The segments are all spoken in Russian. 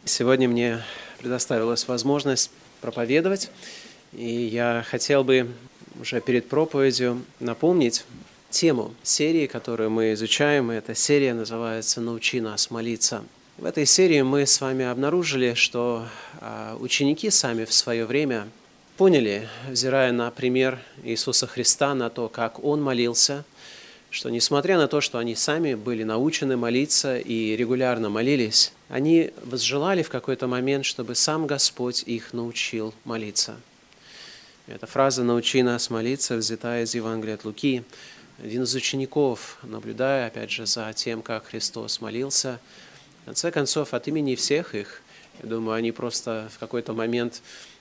Сегодня мне предоставилась возможность проповедовать, и я хотел бы уже перед проповедью напомнить тему серии, которую мы изучаем. Эта серия называется «Научи нас молиться». В этой серии мы с вами обнаружили, что ученики сами в свое время поняли, взирая на пример Иисуса Христа, на то, как Он молился, что несмотря на то, что они сами были научены молиться и регулярно молились, они возжелали в какой-то момент, чтобы сам Господь их научил молиться. Эта фраза «научи нас молиться» взята из Евангелия от Луки. Один из учеников, наблюдая, опять же, за тем, как Христос молился, в конце концов, от имени всех их, я думаю, они просто в какой-то момент,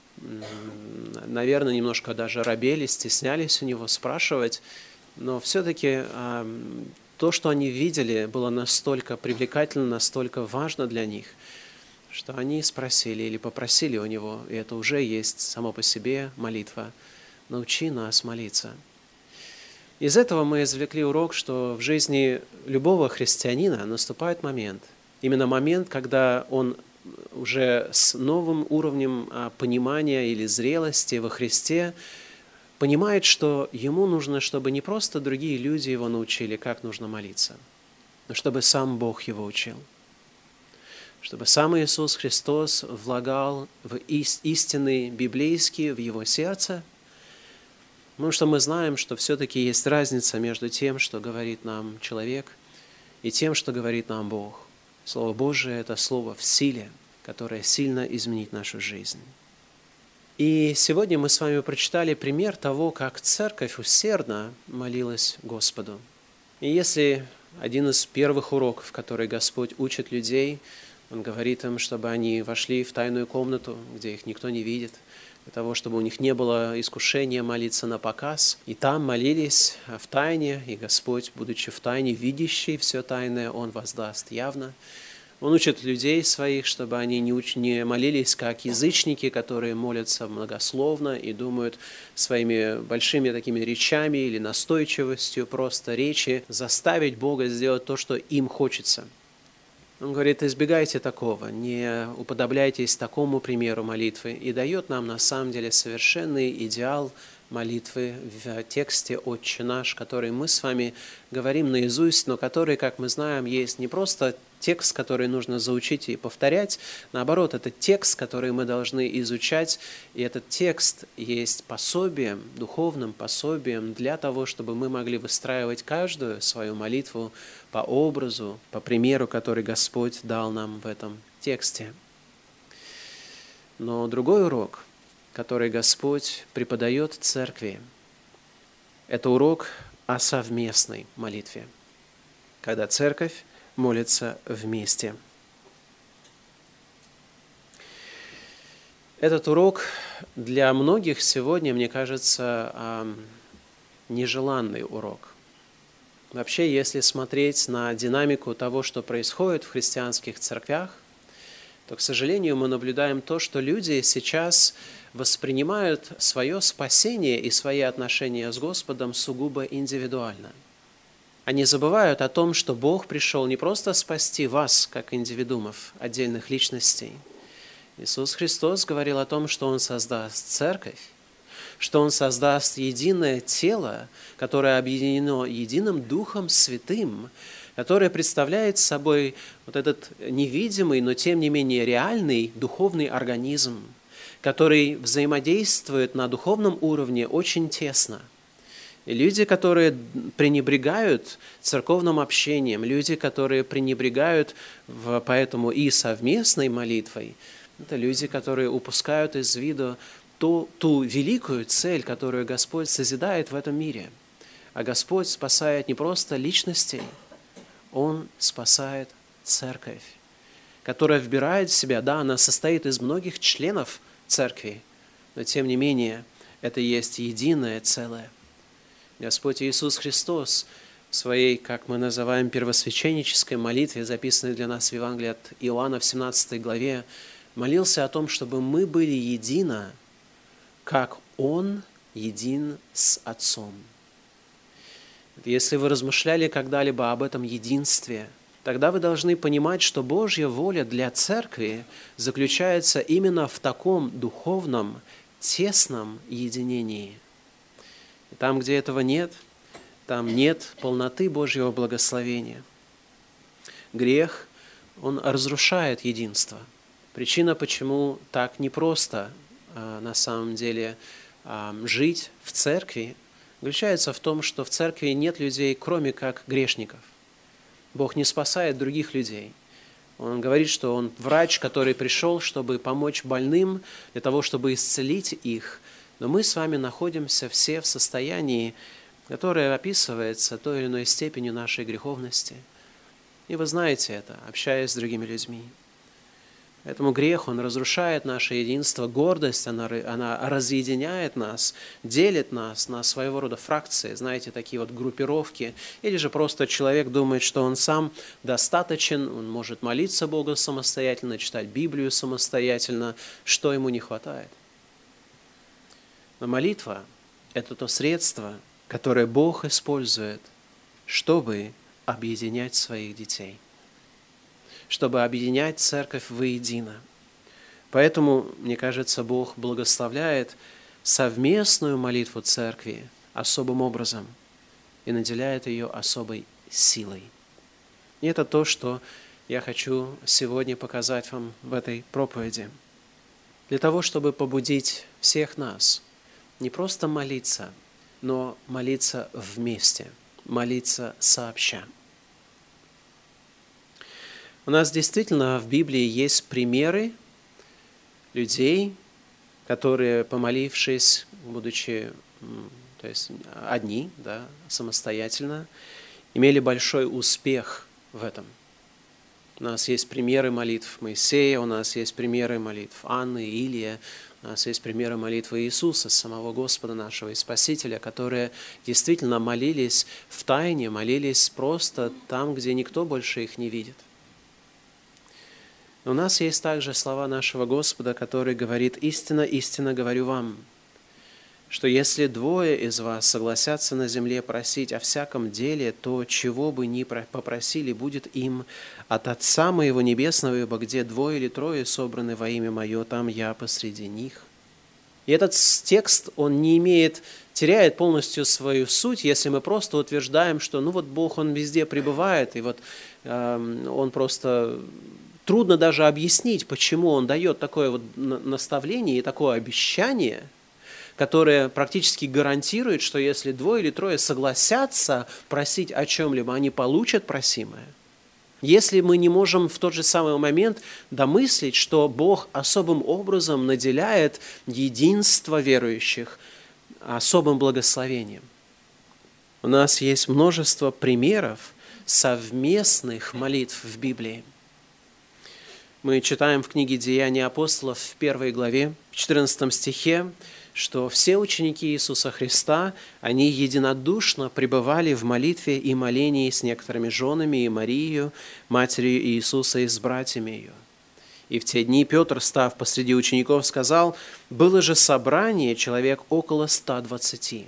наверное, немножко даже робели, стеснялись у него спрашивать, но все-таки то, что они видели, было настолько привлекательно, настолько важно для них, что они спросили или попросили у него, и это уже есть само по себе молитва, «Научи нас молиться». Из этого мы извлекли урок, что в жизни любого христианина наступает момент, именно момент, когда он уже с новым уровнем понимания или зрелости во Христе понимает, что ему нужно, чтобы не просто другие люди его научили, как нужно молиться, но чтобы сам Бог его учил. Чтобы сам Иисус Христос влагал в истины библейские в его сердце, потому что мы знаем, что все-таки есть разница между тем, что говорит нам человек, и тем, что говорит нам Бог. Слово Божие – это слово в силе, которое сильно изменит нашу жизнь. И сегодня мы с вами прочитали пример того, как церковь усердно молилась Господу. И если один из первых уроков, который Господь учит людей, Он говорит им, чтобы они вошли в тайную комнату, где их никто не видит, для того, чтобы у них не было искушения молиться на показ. И там молились в тайне, и Господь, будучи в тайне, видящий все тайное, Он воздаст явно. Он учит людей своих, чтобы они не молились, как язычники, которые молятся многословно и думают своими большими такими речами или настойчивостью просто речи заставить Бога сделать то, что им хочется. Он говорит, избегайте такого, не уподобляйтесь такому примеру молитвы. И дает нам на самом деле совершенный идеал молитвы в тексте «Отче наш», который мы с вами говорим наизусть, но который, как мы знаем, есть не просто текст, который нужно заучить и повторять, наоборот, это текст, который мы должны изучать, и этот текст есть пособием, духовным пособием для того, чтобы мы могли выстраивать каждую свою молитву по образу, по примеру, который Господь дал нам в этом тексте. Но другой урок, который Господь преподает церкви, это урок о совместной молитве, когда церковь молится вместе. Этот урок для многих сегодня, мне кажется, нежеланный урок. Вообще, если смотреть на динамику того, что происходит в христианских церквях, то, к сожалению, мы наблюдаем то, что люди сейчас воспринимают свое спасение и свои отношения с Господом сугубо индивидуально. Они забывают о том, что Бог пришел не просто спасти вас, как индивидуумов, отдельных личностей. Иисус Христос говорил о том, что Он создаст церковь, что Он создаст единое тело, которое объединено единым Духом Святым, которое представляет собой вот этот невидимый, но тем не менее реальный духовный организм, который взаимодействует на духовном уровне очень тесно. И люди, которые пренебрегают церковным общением, люди, которые пренебрегают поэтому и совместной молитвой, это люди, которые упускают из виду ту великую цель, которую Господь созидает в этом мире. А Господь спасает не просто личностей, Он спасает церковь, которая вбирает в себя, да, она состоит из многих членов церкви, но тем не менее это есть единое целое. Господь Иисус Христос в своей, как мы называем, первосвященнической молитве, записанной для нас в Евангелии от Иоанна в 17 главе, молился о том, чтобы мы были едино, как Он един с Отцом. Если вы размышляли когда-либо об этом единстве, тогда вы должны понимать, что Божья воля для церкви заключается именно в таком духовном, тесном единении. И там, где этого нет, там нет полноты Божьего благословения. Грех, он разрушает единство. Причина, почему так непросто на самом деле жить в церкви, заключается в том, что в церкви нет людей, кроме как грешников. Бог не спасает других людей. Он говорит, что Он врач, который пришел, чтобы помочь больным, для того, чтобы исцелить их. Но мы с вами находимся все в состоянии, которое описывается той или иной степенью нашей греховности. И вы знаете это, общаясь с другими людьми. Поэтому грех, он разрушает наше единство, гордость, она разъединяет нас, делит нас на своего рода фракции, знаете, такие вот группировки. Или же просто человек думает, что он сам достаточен, он может молиться Богу самостоятельно, читать Библию самостоятельно, что ему не хватает. Но молитва – это то средство, которое Бог использует, чтобы объединять своих детей, чтобы объединять церковь воедино. Поэтому, мне кажется, Бог благословляет совместную молитву церкви особым образом и наделяет ее особой силой. И это то, что я хочу сегодня показать вам в этой проповеди. Для того, чтобы побудить всех нас не просто молиться, но молиться вместе, молиться сообща. У нас действительно в Библии есть примеры людей, которые, помолившись, будучи одни, самостоятельно, имели большой успех в этом. У нас есть примеры молитв Моисея, у нас есть примеры молитв Анны, Илия, у нас есть примеры молитвы Иисуса, самого Господа нашего и Спасителя, которые действительно молились в тайне, молились просто там, где никто больше их не видит. У нас есть также слова нашего Господа, который говорит: «Истинно, истинно говорю вам, что если двое из вас согласятся на земле просить о всяком деле, то чего бы ни попросили, будет им от Отца моего Небесного, ибо где двое или трое собраны во имя Мое, там я посреди них». И этот текст, он теряет полностью свою суть, если мы просто утверждаем, что Бог, Он везде пребывает, и Он просто... Трудно даже объяснить, почему Он дает такое наставление и такое обещание, которое практически гарантирует, что если двое или трое согласятся просить о чем-либо, они получат просимое. Если мы не можем в тот же самый момент домыслить, что Бог особым образом наделяет единство верующих особым благословением. У нас есть множество примеров совместных молитв в Библии. Мы читаем в книге «Деяния апостолов» в 1 главе, в 14 стихе, что все ученики Иисуса Христа, они единодушно пребывали в молитве и молении с некоторыми женами и Марией, матерью Иисуса и с братьями ее. И в те дни Петр, став посреди учеников, сказал: «Было же собрание человек около 120».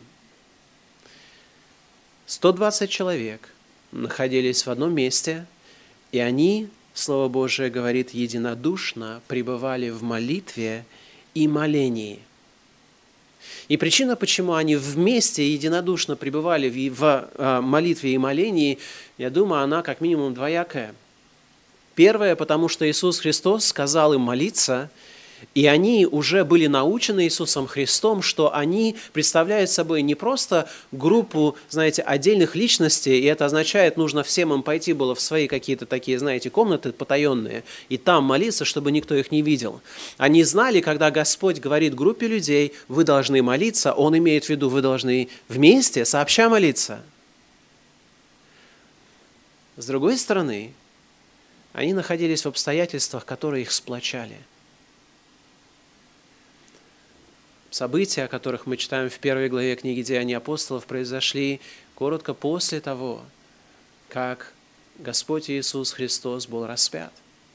120 человек находились в одном месте, и они, Слово Божие говорит, единодушно пребывали в молитве и молении. И причина, почему они вместе единодушно пребывали в молитве и молении, я думаю, она как минимум двоякая. Первое, потому что Иисус Христос сказал им молиться, и они уже были научены Иисусом Христом, что они представляют собой не просто группу, отдельных личностей, и это означает, нужно всем им пойти было в свои какие-то такие, комнаты потаенные, и там молиться, чтобы никто их не видел. Они знали, когда Господь говорит группе людей: вы должны молиться, Он имеет в виду, вы должны вместе, сообща молиться. С другой стороны, они находились в обстоятельствах, которые их сплочали. События, о которых мы читаем в 1 главе книги «Деяния апостолов», произошли коротко после того, как Господь Иисус Христос был распят.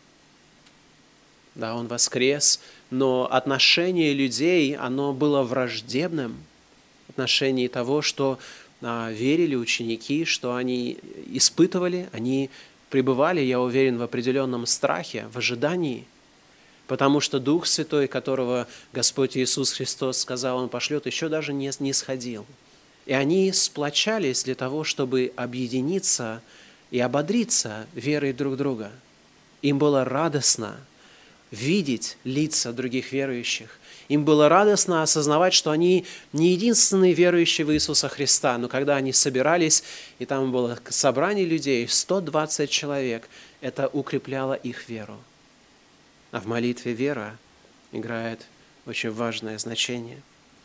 Да, Он воскрес, но отношение людей, оно было враждебным в отношении того, что верили ученики, что они испытывали, они пребывали, я уверен, в определенном страхе, в ожидании, потому что Дух Святой, которого Господь Иисус Христос сказал, Он пошлет, еще даже не сходил. И они сплочались для того, чтобы объединиться и ободриться верой друг друга. Им было радостно видеть лица других верующих. Им было радостно осознавать, что они не единственные верующие в Иисуса Христа, но когда они собирались, и там было собрание людей, 120 человек, это укрепляло их веру. А в молитве вера играет очень важное значение.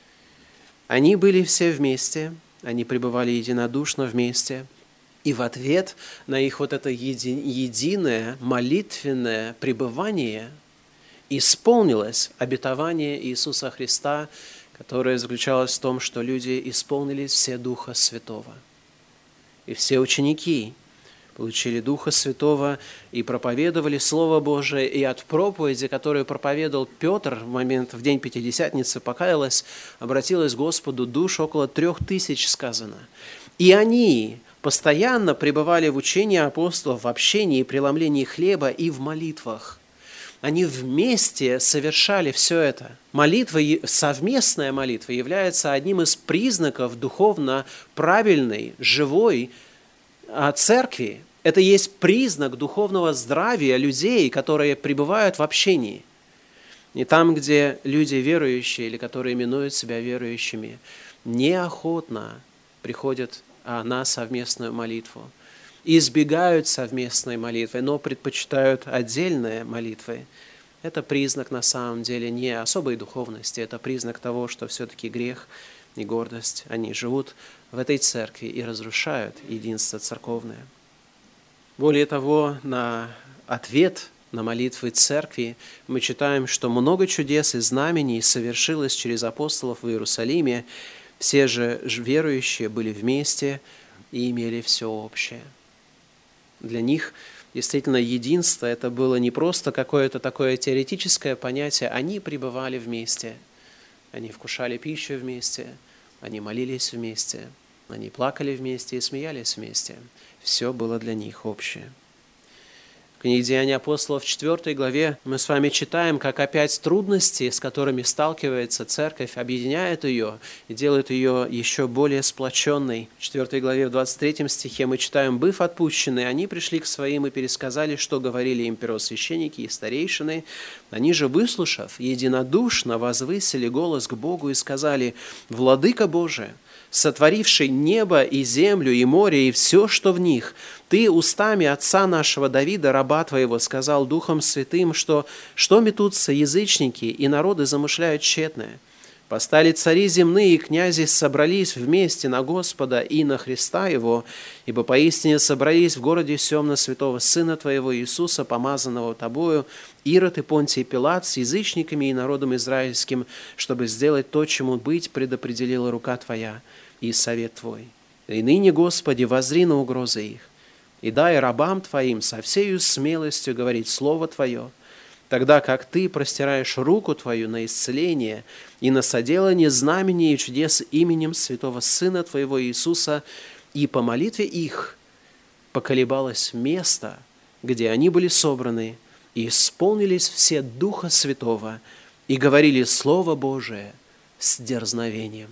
Они были все вместе, они пребывали единодушно вместе, и в ответ на их вот это единое молитвенное пребывание исполнилось обетование Иисуса Христа, которое заключалось в том, что люди исполнились все Духа Святого. И все ученики получили Духа Святого и проповедовали Слово Божие, и от проповеди, которую проповедовал Петр в день Пятидесятницы, покаялась, обратилась к Господу душ около 3000, сказано. И они постоянно пребывали в учении апостолов, в общении, преломлении хлеба и в молитвах. Они вместе совершали все это. Молитва, совместная молитва является одним из признаков духовно правильной, живой церкви. Это есть признак духовного здравия людей, которые пребывают в общении. И там, где люди верующие или которые именуют себя верующими, неохотно приходят на совместную молитву, избегают совместной молитвы, но предпочитают отдельные молитвы. Это признак на самом деле не особой духовности, это признак того, что все-таки грех и гордость, они живут в этой церкви и разрушают единство церковное. Более того, на ответ на молитвы церкви мы читаем, что много чудес и знамений совершилось через апостолов в Иерусалиме. Все же верующие были вместе и имели все общее. Для них действительно единство это было не просто какое-то такое теоретическое понятие, они пребывали вместе, они вкушали пищу вместе, они молились вместе, они плакали вместе и смеялись вместе. Все было для них общее. В книге «Деяния апостолов» в 4 главе мы с вами читаем, как опять трудности, с которыми сталкивается церковь, объединяет ее и делает ее еще более сплоченной. В 4 главе в 23 стихе мы читаем: «Быв отпущены, они пришли к своим и пересказали, что говорили им первосвященники и старейшины. Они же, выслушав, единодушно возвысили голос к Богу и сказали: Владыка Божий, сотворивший небо и землю, и море, и все, что в них, Ты устами отца нашего Давида, раба Твоего, сказал Духом Святым, что метутся язычники, и народы замышляют тщетное. Постали цари земные, и князи собрались вместе на Господа и на Христа Его, ибо поистине собрались в городе сем на святого Сына Твоего Иисуса, помазанного Тобою, Ирод и Понтий Пилат с язычниками и народом израильским, чтобы сделать то, чему быть предопределила рука Твоя и совет Твой. И ныне, Господи, воззри на угрозы их, и дай рабам Твоим со всею смелостью говорить Слово Твое, тогда как Ты простираешь руку Твою на исцеление и на соделание знамений и чудес именем святого Сына Твоего Иисуса, и по молитве их поколебалось место, где они были собраны, и исполнились все Духа Святого, и говорили Слово Божие с дерзновением».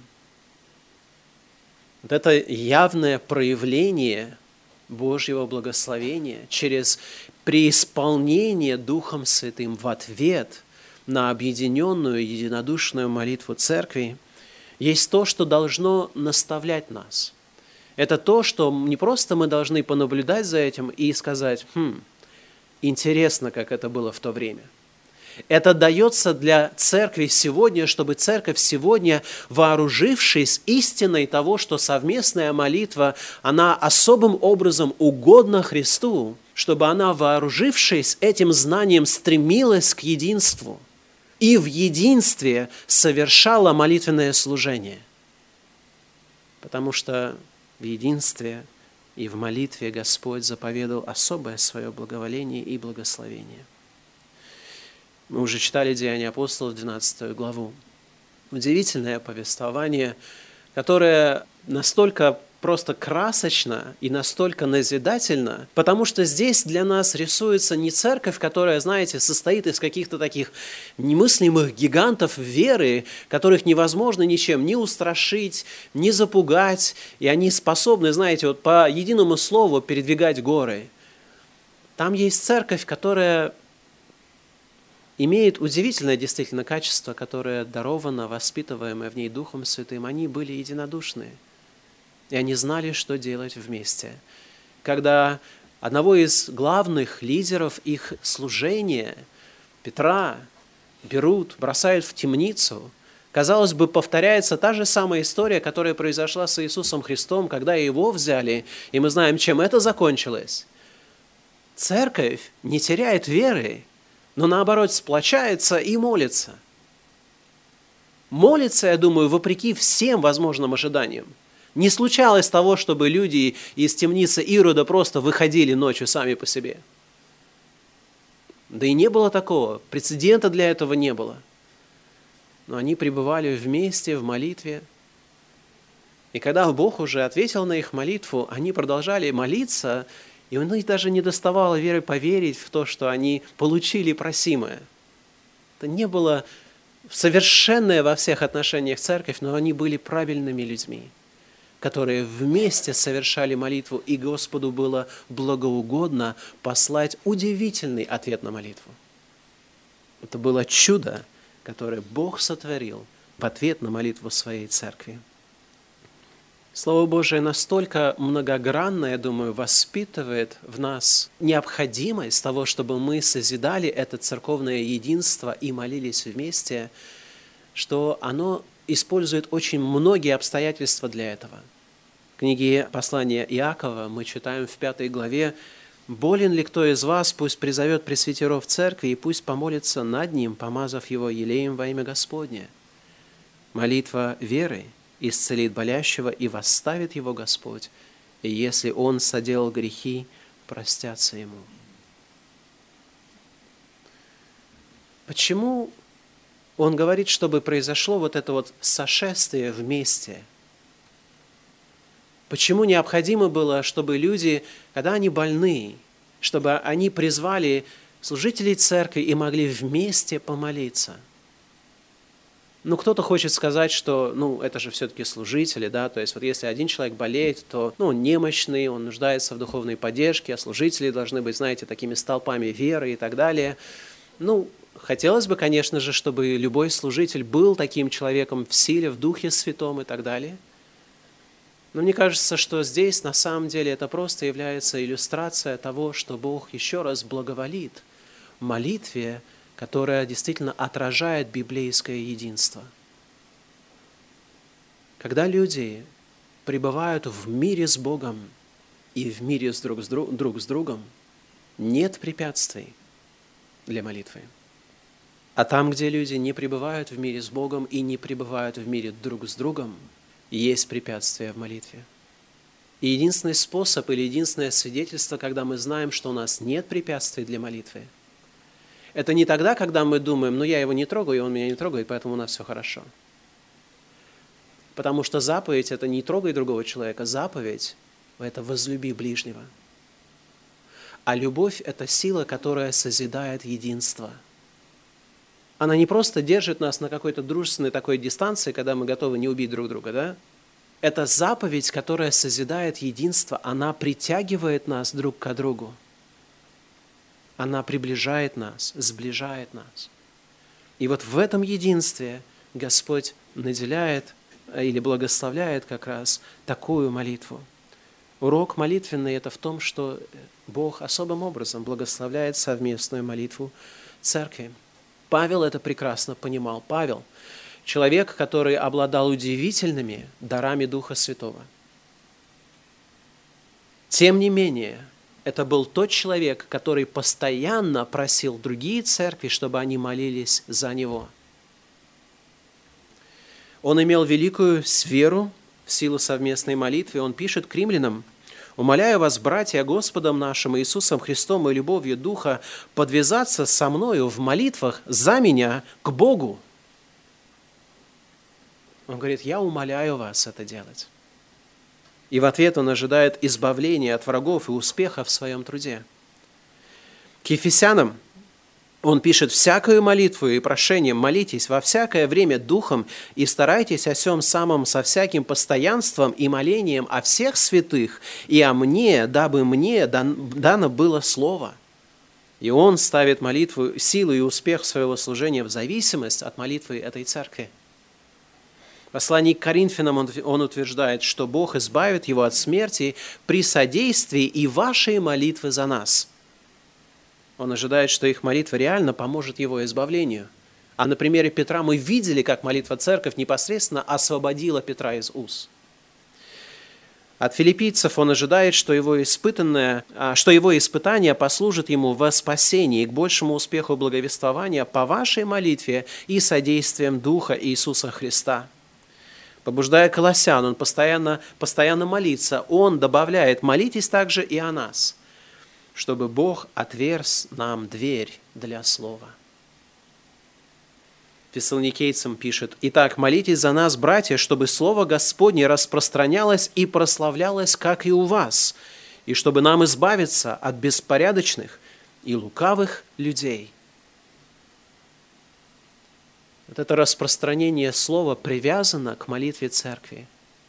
Вот это явное проявление Божьего благословения через преисполнение Духом Святым в ответ на объединенную единодушную молитву Церкви есть то, что должно наставлять нас. Это то, что не просто мы должны понаблюдать за этим и сказать: интересно, как это было в то время. Это дается для церкви сегодня, чтобы церковь сегодня, вооружившись истиной того, что совместная молитва, она особым образом угодна Христу, чтобы она, вооружившись этим знанием, стремилась к единству и в единстве совершала молитвенное служение. Потому что в единстве и в молитве Господь заповедал особое свое благоволение и благословение. Мы уже читали Деяния апостолов, 12 главу. Удивительное повествование, которое настолько просто красочно и настолько назидательно, потому что здесь для нас рисуется не церковь, которая, знаете, состоит из каких-то таких немыслимых гигантов веры, которых невозможно ничем ни устрашить, ни запугать, и они способны, знаете, вот по единому слову передвигать горы. Там есть церковь, которая имеет удивительное действительно качество, которое даровано, воспитываемое в ней Духом Святым. Они были единодушны. И они знали, что делать вместе. Когда одного из главных лидеров их служения, Петра, берут, бросают в темницу, казалось бы, повторяется та же самая история, которая произошла с Иисусом Христом, когда его взяли, и мы знаем, чем это закончилось. Церковь не теряет веры, но наоборот сплочается и молится. Молится, я думаю, вопреки всем возможным ожиданиям. Не случалось того, чтобы люди из темницы Ирода просто выходили ночью сами по себе. Да и не было такого, прецедента для этого не было. Но они пребывали вместе в молитве. И когда Бог уже ответил на их молитву, они продолжали молиться, и у них даже не доставало веры поверить в то, что они получили просимое. Это не было совершенная во всех отношениях церковь, но они были правильными людьми, которые вместе совершали молитву, и Господу было благоугодно послать удивительный ответ на молитву. Это было чудо, которое Бог сотворил в ответ на молитву своей церкви. Слово Божие настолько многогранно, я думаю, воспитывает в нас необходимость того, чтобы мы созидали это церковное единство и молились вместе, что оно использует очень многие обстоятельства для этого. В книге послания Иакова мы читаем в 5 главе: «Болен ли кто из вас, пусть призовет пресвитеров церкви, и пусть помолится над ним, помазав его елеем во имя Господне. Молитва веры исцелит болящего, и восставит его Господь, и если он соделал грехи, простятся ему». Почему он говорит, чтобы произошло вот это вот сошествие вместе? Почему необходимо было, чтобы люди, когда они больны, чтобы они призвали служителей церкви и могли вместе помолиться? Ну, кто-то хочет сказать, что, это же все-таки служители, да, то есть вот если один человек болеет, то, он немощный, он нуждается в духовной поддержке, а служители должны быть, знаете, такими столпами веры и так далее. Хотелось бы, конечно же, чтобы любой служитель был таким человеком в силе, в Духе Святом и так далее. Но мне кажется, что здесь на самом деле это просто является иллюстрация того, что Бог еще раз благоволит молитве, которая действительно отражает библейское единство. Когда люди пребывают в мире с Богом и в мире друг с другом, нет препятствий для молитвы. А там, где люди не пребывают в мире с Богом и не пребывают в мире друг с другом, есть препятствия в молитве. И единственный способ или единственное свидетельство, когда мы знаем, что у нас нет препятствий для молитвы, это не тогда, когда мы думаем, я его не трогаю, и он меня не трогает, поэтому у нас все хорошо. Потому что заповедь – это не трогай другого человека, заповедь – это возлюби ближнего. А любовь – это сила, которая созидает единство. Она не просто держит нас на какой-то дружественной такой дистанции, когда мы готовы не убить друг друга, да? Это заповедь, которая созидает единство, она притягивает нас друг к другу. Она приближает нас, сближает нас. И вот в этом единстве Господь наделяет или благословляет как раз такую молитву. Урок молитвенный – это в том, что Бог особым образом благословляет совместную молитву церкви. Павел это прекрасно понимал. Павел – человек, который обладал удивительными дарами Духа Святого. Тем не менее, это был тот человек, который постоянно просил другие церкви, чтобы они молились за него. Он имел великую веру в силу совместной молитвы. Он пишет к римлянам: «Умоляю вас, братья, Господом нашим Иисусом Христом и любовью Духа, подвязаться со мною в молитвах за меня к Богу». Он говорит: «Я умоляю вас это делать». И в ответ он ожидает избавления от врагов и успеха в своем труде. К Ефесянам он пишет: «Всякую молитву и прошение молитесь во всякое время духом и старайтесь о сем самом со всяким постоянством и молением о всех святых и о мне, дабы мне дано было слово». И он ставит молитву, силу и успех своего служения в зависимость от молитвы этой церкви. В послании к Коринфянам он утверждает, что Бог избавит его от смерти при содействии и вашей молитвы за нас. Он ожидает, что их молитва реально поможет его избавлению. А на примере Петра мы видели, как молитва церковь непосредственно освободила Петра из уз. От филиппийцев он ожидает, что его испытание послужит ему во спасении, к большему успеху благовествования по вашей молитве и содействием Духа Иисуса Христа. Побуждая колоссян, он постоянно молится. Он добавляет: молитесь также и о нас, чтобы Бог отверз нам дверь для слова. Фессалоникийцам пишет: «Итак, молитесь за нас, братья, чтобы слово Господне распространялось и прославлялось, как и у вас, и чтобы нам избавиться от беспорядочных и лукавых людей». Вот это распространение слова привязано к молитве церкви.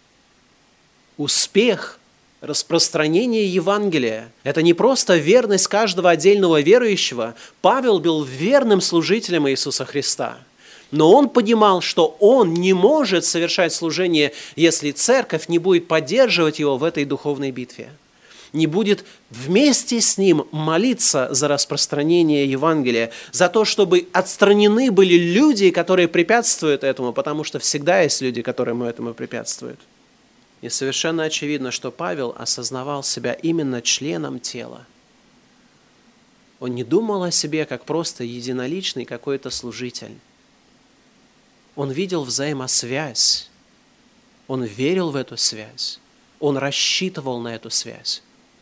Успех распространение Евангелия – это не просто верность каждого отдельного верующего. Павел был верным служителем Иисуса Христа, но он понимал, что он не может совершать служение, если церковь не будет поддерживать его в этой духовной битве, не будет вместе с ним молиться за распространение Евангелия, за то, чтобы отстранены были люди, которые препятствуют этому, потому что всегда есть люди, которые этому препятствуют. И совершенно очевидно, что Павел осознавал себя именно членом тела. Он не думал о себе как просто единоличный какой-то служитель. Он видел взаимосвязь. Он верил в эту связь. Он рассчитывал на эту связь.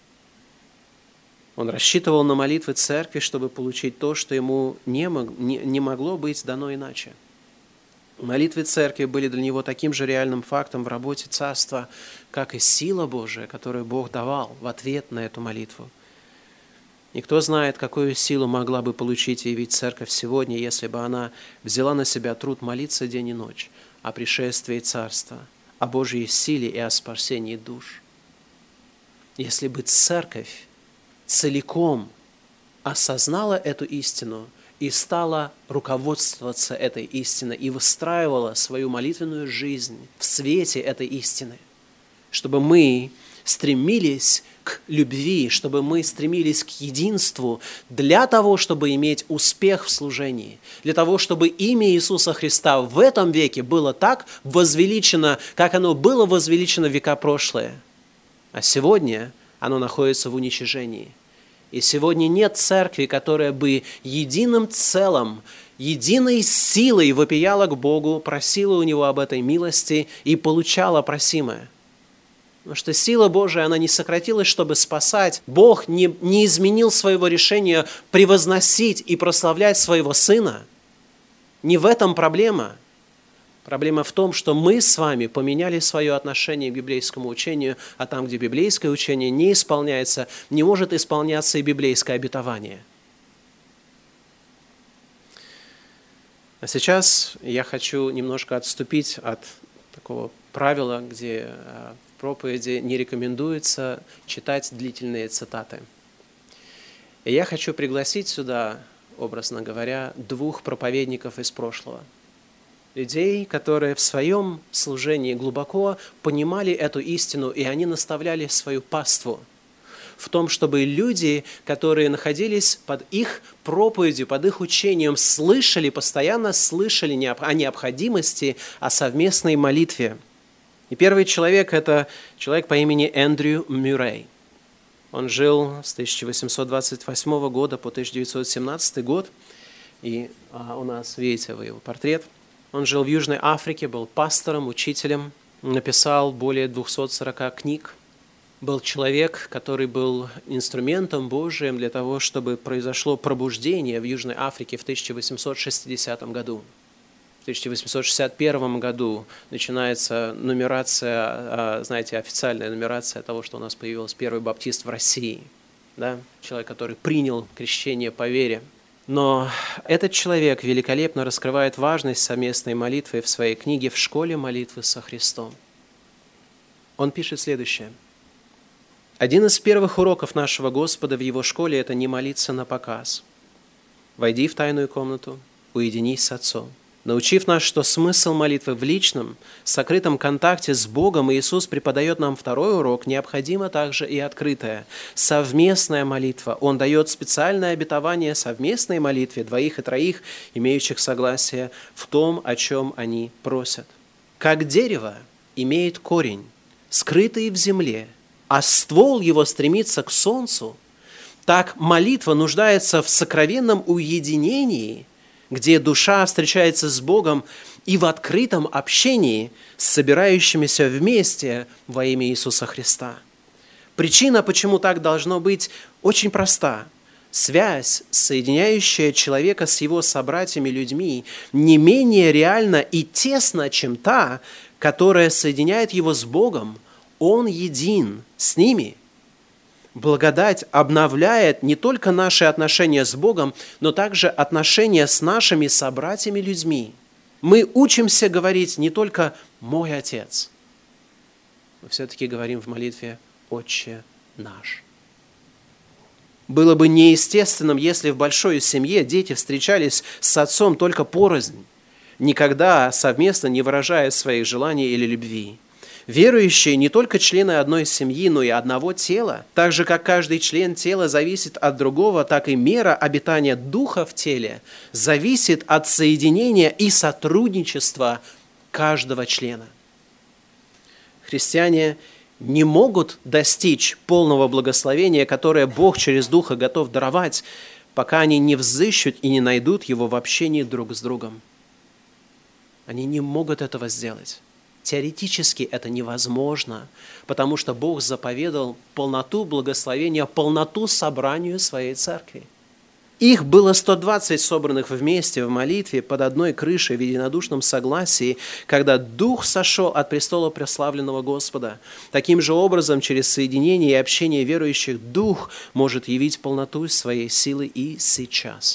Он рассчитывал на молитвы церкви, чтобы получить то, что ему не могло быть дано иначе. Молитвы церкви были для него таким же реальным фактом в работе царства, как и сила Божия, которую Бог давал в ответ на эту молитву. И кто знает, какую силу могла бы получить и явить церковь сегодня, если бы она взяла на себя труд молиться день и ночь о пришествии царства, о Божьей силе и о спасении душ. Если бы церковь целиком осознала эту истину и стала руководствоваться этой истиной и выстраивала свою молитвенную жизнь в свете этой истины, чтобы мы стремились к любви, чтобы мы стремились к единству для того, чтобы иметь успех в служении, для того, чтобы имя Иисуса Христа в этом веке было так возвеличено, как оно было возвеличено в века прошлые, а сегодня оно находится в уничижении. И сегодня нет церкви, которая бы единым целым, единой силой вопияла к Богу, просила у Него об этой милости и получала просимое. Потому что сила Божия, она не сократилась, чтобы спасать. Бог не изменил своего решения превозносить и прославлять своего Сына. Не в этом проблема. Проблема в том, что мы с вами поменяли свое отношение к библейскому учению, а там, где библейское учение не исполняется, не может исполняться и библейское обетование. А сейчас я хочу немножко отступить от такого правила, где в проповеди не рекомендуется читать длительные цитаты. И я хочу пригласить сюда, образно говоря, двух проповедников из прошлого. Людей, которые в своем служении глубоко понимали эту истину, и они наставляли свою паству в том, чтобы люди, которые находились под их проповедью, под их учением, постоянно слышали о необходимости, о совместной молитве. И первый человек – это человек по имени Эндрю Мюррей. Он жил с 1828 года по 1917 год, и у нас, видите вы его портрет. Он жил в Южной Африке, был пастором, учителем, написал более 240 книг. Был человек, который был инструментом Божиим для того, чтобы произошло пробуждение в Южной Африке в 1860 году. В 1861 году начинается нумерация, знаете, официальная нумерация того, что у нас появился первый баптист в России. Да? Человек, который принял крещение по вере. Но этот человек великолепно раскрывает важность совместной молитвы в своей книге «В школе молитвы со Христом». Он пишет следующее. Один из первых уроков нашего Господа в Его школе – это не молиться на показ. Войди в тайную комнату, уединись с Отцом. Научив нас, что смысл молитвы в личном, сокрытом контакте с Богом, Иисус преподает нам второй урок, необходима также и открытая, совместная молитва. Он дает специальное обетование совместной молитве двоих и троих, имеющих согласие в том, о чем они просят. Как дерево имеет корень, скрытый в земле, а ствол его стремится к солнцу, так молитва нуждается в сокровенном уединении, где душа встречается с Богом и в открытом общении с собирающимися вместе во имя Иисуса Христа. Причина, почему так должно быть, очень проста. Связь, соединяющая человека с его собратьями-людьми, не менее реальна и тесна, чем та, которая соединяет его с Богом. Он един с ними. Благодать обновляет не только наши отношения с Богом, но также отношения с нашими собратьями-людьми. Мы учимся говорить не только «мой Отец», но все-таки говорим в молитве «Отче наш». Было бы неестественным, если в большой семье дети встречались с отцом только порознь, никогда совместно не выражая своих желаний или любви. Верующие не только члены одной семьи, но и одного тела. Так же, как каждый член тела зависит от другого, так и мера обитания духа в теле зависит от соединения и сотрудничества каждого члена. Христиане не могут достичь полного благословения, которое Бог через Духа готов даровать, пока они не взыщут и не найдут его в общении друг с другом. Они не могут этого сделать. Теоретически это невозможно, потому что Бог заповедал полноту благословения, полноту собранию своей церкви. Их было 120 собранных вместе в молитве под одной крышей в единодушном согласии, когда Дух сошел от престола прославленного Господа. Таким же образом, через соединение и общение верующих, Дух может явить полноту своей силы и сейчас.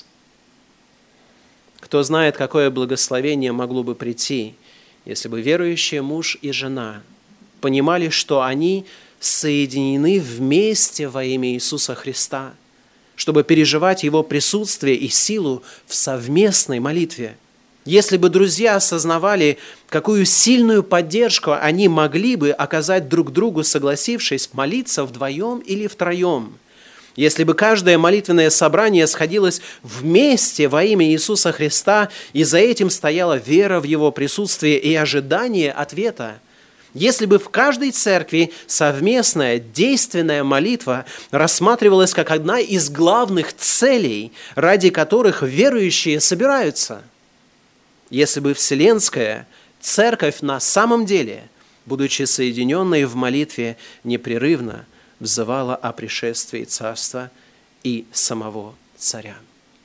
Кто знает, какое благословение могло бы прийти, если бы верующие муж и жена понимали, что они соединены вместе во имя Иисуса Христа, чтобы переживать Его присутствие и силу в совместной молитве. Если бы друзья осознавали, какую сильную поддержку они могли бы оказать друг другу, согласившись молиться вдвоем или втроем, если бы каждое молитвенное собрание сходилось вместе во имя Иисуса Христа, и за этим стояла вера в Его присутствие и ожидание ответа, если бы в каждой церкви совместная действенная молитва рассматривалась как одна из главных целей, ради которых верующие собираются, если бы Вселенская Церковь на самом деле, будучи соединенной в молитве непрерывно, взывала о пришествии Царства и самого Царя.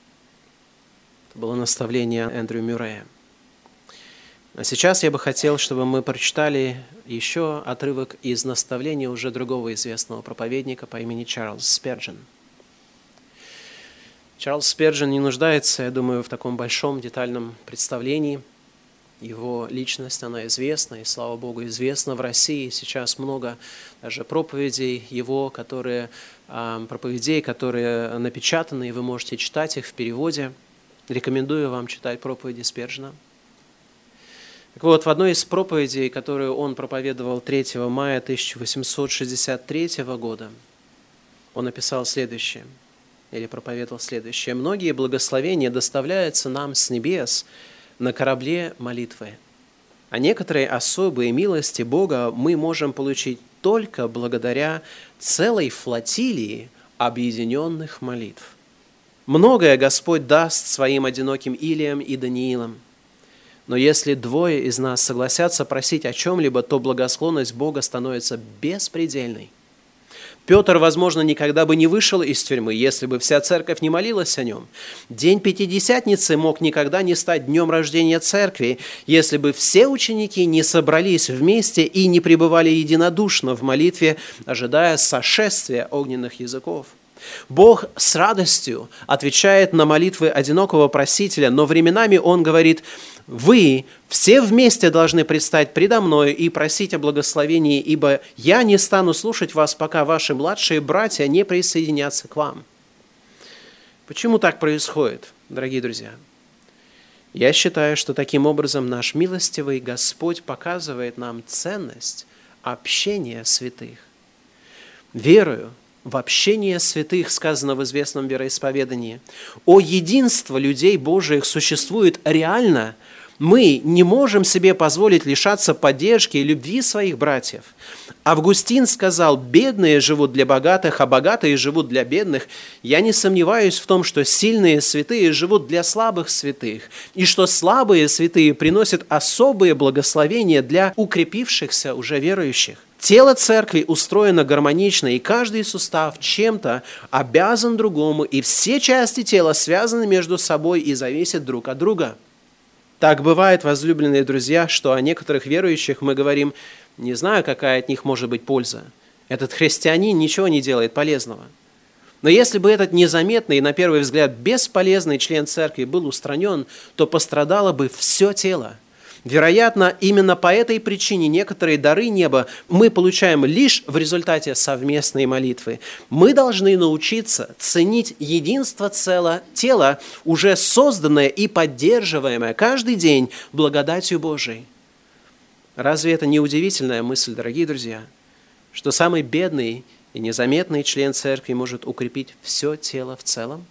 Это было наставление Эндрю Мюррея. А сейчас я бы хотел, чтобы мы прочитали еще отрывок из наставления уже другого известного проповедника по имени Чарльз Спержен. Чарльз Спержен не нуждается, я думаю, в таком большом детальном представлении. Его личность, она известна, и, слава Богу, известна в России. Сейчас много даже проповедей его, которые напечатаны, и вы можете читать их в переводе. Рекомендую вам читать проповеди Спержена. Так вот, в одной из проповедей, которую он проповедовал 3 мая 1863 года, он написал следующее, или проповедовал следующее. «Многие благословения доставляются нам с небес на корабле молитвы, а некоторые особые милости Бога мы можем получить только благодаря целой флотилии объединенных молитв. Многое Господь даст своим одиноким Илиям и Даниилам, но если двое из нас согласятся просить о чем-либо, то благосклонность Бога становится беспредельной. Петр, возможно, никогда бы не вышел из тюрьмы, если бы вся церковь не молилась о нем. День Пятидесятницы мог никогда не стать днем рождения церкви, если бы все ученики не собрались вместе и не пребывали единодушно в молитве, ожидая сошествия огненных языков. Бог с радостью отвечает на молитвы одинокого просителя, но временами Он говорит: «Вы все вместе должны предстать предо мной и просить о благословении, ибо я не стану слушать вас, пока ваши младшие братья не присоединятся к вам». Почему так происходит, дорогие друзья? Я считаю, что таким образом наш милостивый Господь показывает нам ценность общения святых. Верую в общение святых, сказано в известном вероисповедании, о единство людей Божиих существует реально. Мы не можем себе позволить лишаться поддержки и любви своих братьев. Августин сказал: «Бедные живут для богатых, а богатые живут для бедных». Я не сомневаюсь в том, что сильные святые живут для слабых святых, и что слабые святые приносят особые благословения для укрепившихся уже верующих. Тело церкви устроено гармонично, и каждый сустав чем-то обязан другому, и все части тела связаны между собой и зависят друг от друга. Так бывает, возлюбленные друзья, что о некоторых верующих мы говорим: не знаю, какая от них может быть польза. Этот христианин ничего не делает полезного. Но если бы этот незаметный и, на первый взгляд, бесполезный член церкви был устранен, то пострадало бы все тело. Вероятно, именно по этой причине некоторые дары неба мы получаем лишь в результате совместной молитвы. Мы должны научиться ценить единство тела, уже созданное и поддерживаемое каждый день благодатью Божией. Разве это не удивительная мысль, дорогие друзья, что самый бедный и незаметный член церкви может укрепить все тело в целом?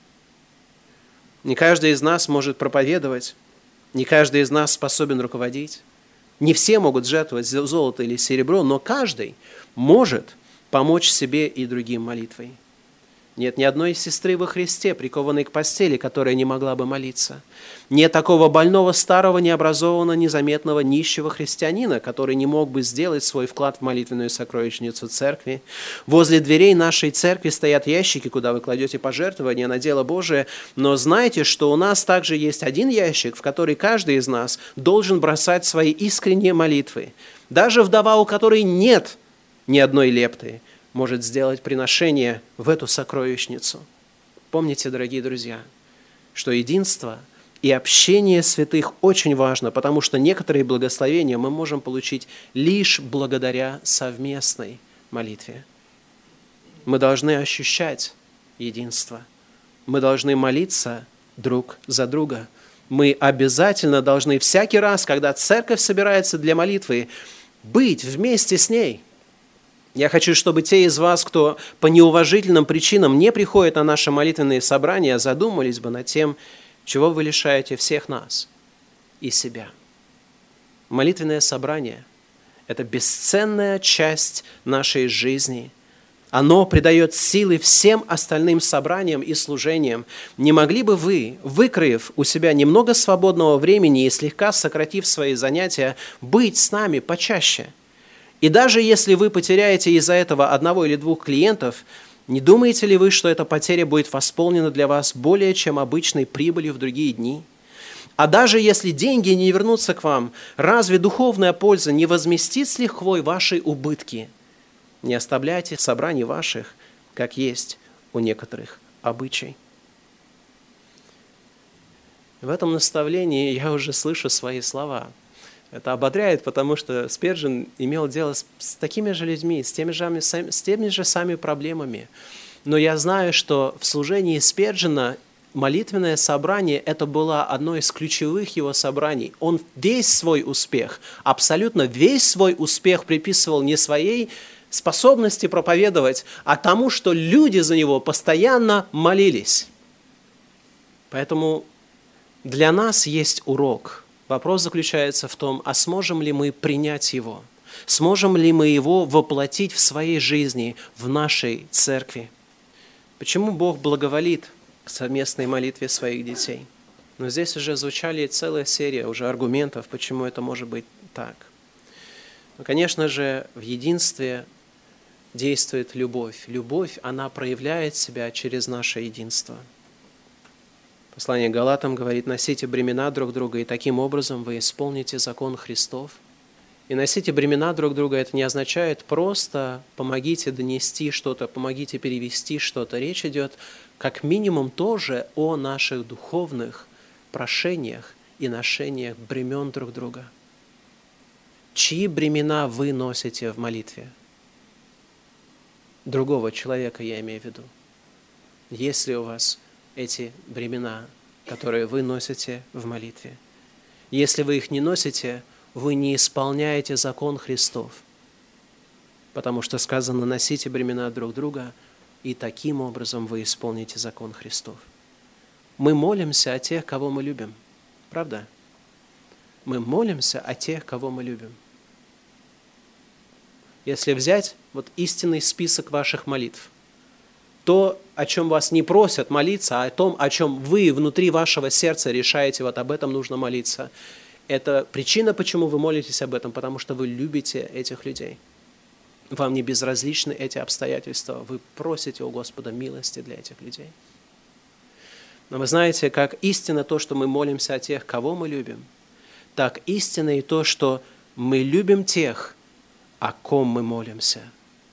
Не каждый из нас может проповедовать, не каждый из нас способен руководить. Не все могут жертвовать золото или серебро, но каждый может помочь себе и другим молитвой. Нет ни одной сестры во Христе, прикованной к постели, которая не могла бы молиться. Нет такого больного, старого, необразованного, незаметного, нищего христианина, который не мог бы сделать свой вклад в молитвенную сокровищницу церкви. Возле дверей нашей церкви стоят ящики, куда вы кладете пожертвования на дело Божие. Но знайте, что у нас также есть один ящик, в который каждый из нас должен бросать свои искренние молитвы. Даже вдова, у которой нет ни одной лепты, может сделать приношение в эту сокровищницу. Помните, дорогие друзья, что единство и общение святых очень важно, потому что некоторые благословения мы можем получить лишь благодаря совместной молитве. Мы должны ощущать единство. Мы должны молиться друг за друга. Мы обязательно должны всякий раз, когда церковь собирается для молитвы, быть вместе с ней. Я хочу, чтобы те из вас, кто по неуважительным причинам не приходит на наши молитвенные собрания, задумались бы над тем, чего вы лишаете всех нас и себя. Молитвенное собрание – это бесценная часть нашей жизни. Оно придает силы всем остальным собраниям и служениям. Не могли бы вы, выкроив у себя немного свободного времени и слегка сократив свои занятия, быть с нами почаще? И даже если вы потеряете из-за этого одного или двух клиентов, не думаете ли вы, что эта потеря будет восполнена для вас более чем обычной прибылью в другие дни? А даже если деньги не вернутся к вам, разве духовная польза не возместит с лихвой ваши убытки? Не оставляйте собраний ваших, как есть у некоторых обычай. В этом наставлении я уже слышу свои слова. Это ободряет, потому что Спержен имел дело с такими же людьми, с теми же самыми проблемами. Но я знаю, что в служении Спержена молитвенное собрание – это было одно из ключевых его собраний. Он весь свой успех, абсолютно весь свой успех приписывал не своей способности проповедовать, а тому, что люди за него постоянно молились. Поэтому для нас есть урок. Вопрос заключается в том, а сможем ли мы принять его? Сможем ли мы его воплотить в своей жизни, в нашей церкви? Почему Бог благоволит к совместной молитве своих детей? Но здесь уже звучали целая серия уже аргументов, почему это может быть так. Но, конечно же, в единстве действует любовь. Любовь, она проявляет себя через наше единство. Послание к Галатам говорит: носите бремена друг друга, и таким образом вы исполните закон Христов. И носите бремена друг друга, это не означает просто помогите донести что-то, помогите перевести что-то. Речь идет как минимум тоже о наших духовных прошениях и ношениях бремен друг друга. Чьи бремена вы носите в молитве? Другого человека я имею в виду. Есть ли у вас эти бремена, которые вы носите в молитве? Если вы их не носите, вы не исполняете закон Христов, потому что сказано: носите бремена друг друга, и таким образом вы исполните закон Христов. Мы молимся о тех, кого мы любим. Правда? Мы молимся о тех, кого мы любим. Если взять истинный список ваших молитв, то, о чем вас не просят молиться, а о том, о чем вы внутри вашего сердца решаете, об этом нужно молиться, это причина, почему вы молитесь об этом, потому что вы любите этих людей. Вам не безразличны эти обстоятельства. Вы просите у Господа милости для этих людей. Но вы знаете, как истинно то, что мы молимся о тех, кого мы любим, так истинно и то, что мы любим тех, о ком мы молимся.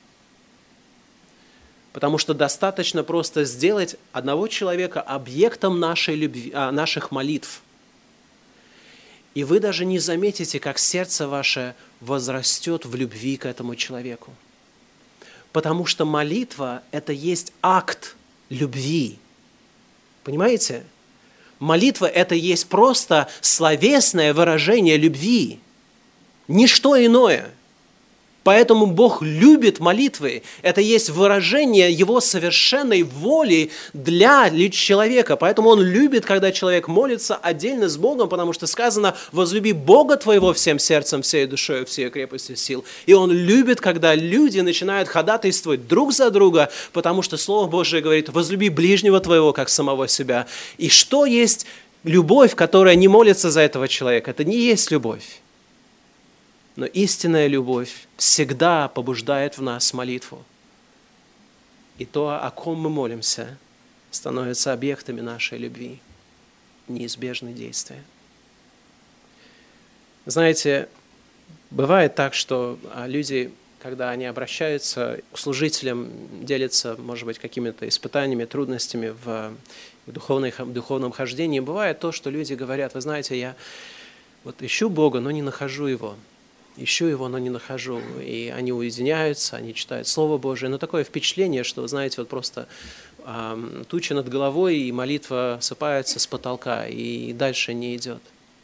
Потому что достаточно просто сделать одного человека объектом нашей любви, наших молитв. И вы даже не заметите, как сердце ваше возрастет в любви к этому человеку. Потому что молитва – это есть акт любви. Понимаете? Молитва – это есть просто словесное выражение любви. Ничто иное. Поэтому Бог любит молитвы. Это есть выражение Его совершенной воли для человека. Поэтому Он любит, когда человек молится отдельно с Богом, потому что сказано: возлюби Бога твоего всем сердцем, всей душой, всей крепостью сил. И Он любит, когда люди начинают ходатайствовать друг за друга, потому что Слово Божие говорит: возлюби ближнего твоего, как самого себя. И что есть любовь, которая не молится за этого человека? Это не есть любовь. Но истинная любовь всегда побуждает в нас молитву. И то, о ком мы молимся, становится объектами нашей любви. Неизбежные действия. Знаете, бывает так, что люди, когда они обращаются к служителям, делятся, может быть, какими-то испытаниями, трудностями в духовном хождении, бывает то, что люди говорят: вы знаете, я ищу Бога, но не нахожу Его. Ищу Его, но не нахожу. И они уединяются, они читают Слово Божие. Но такое впечатление, что, вы знаете, просто туча над головой, и молитва сыпается с потолка, и дальше не идет.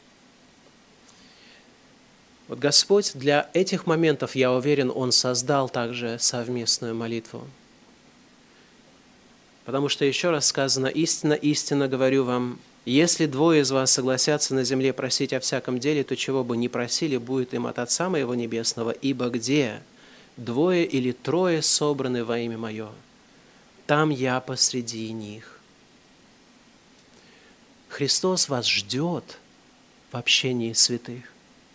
Господь для этих моментов, я уверен, Он создал также совместную молитву. Потому что, еще раз сказано: истинно, истинно говорю вам, если двое из вас согласятся на земле просить о всяком деле, то чего бы ни просили, будет им от Отца Моего Небесного, ибо где двое или трое собраны во имя Мое, там я посреди них. Христос вас ждет в общении святых.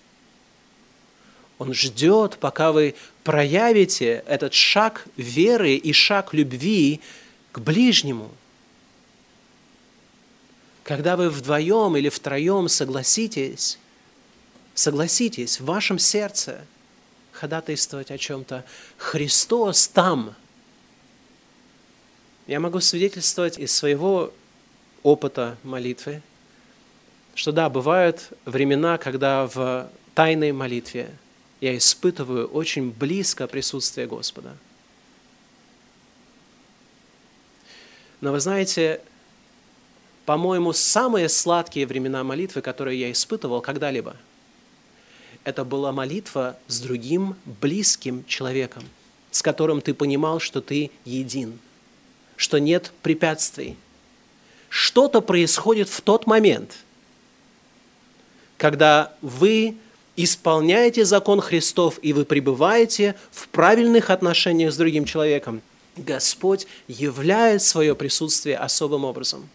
Он ждет, пока вы проявите этот шаг веры и шаг любви к ближнему. Когда вы вдвоем или втроем согласитесь в вашем сердце ходатайствовать о чем-то, Христос там. Я могу свидетельствовать из своего опыта молитвы, что да, бывают времена, когда в тайной молитве я испытываю очень близко присутствие Господа. Но вы знаете, по-моему, самые сладкие времена молитвы, которые я испытывал когда-либо, это была молитва с другим близким человеком, с которым ты понимал, что ты един, что нет препятствий. Что-то происходит в тот момент, когда вы исполняете закон Христов, и вы пребываете в правильных отношениях с другим человеком. Господь являет свое присутствие особым образом.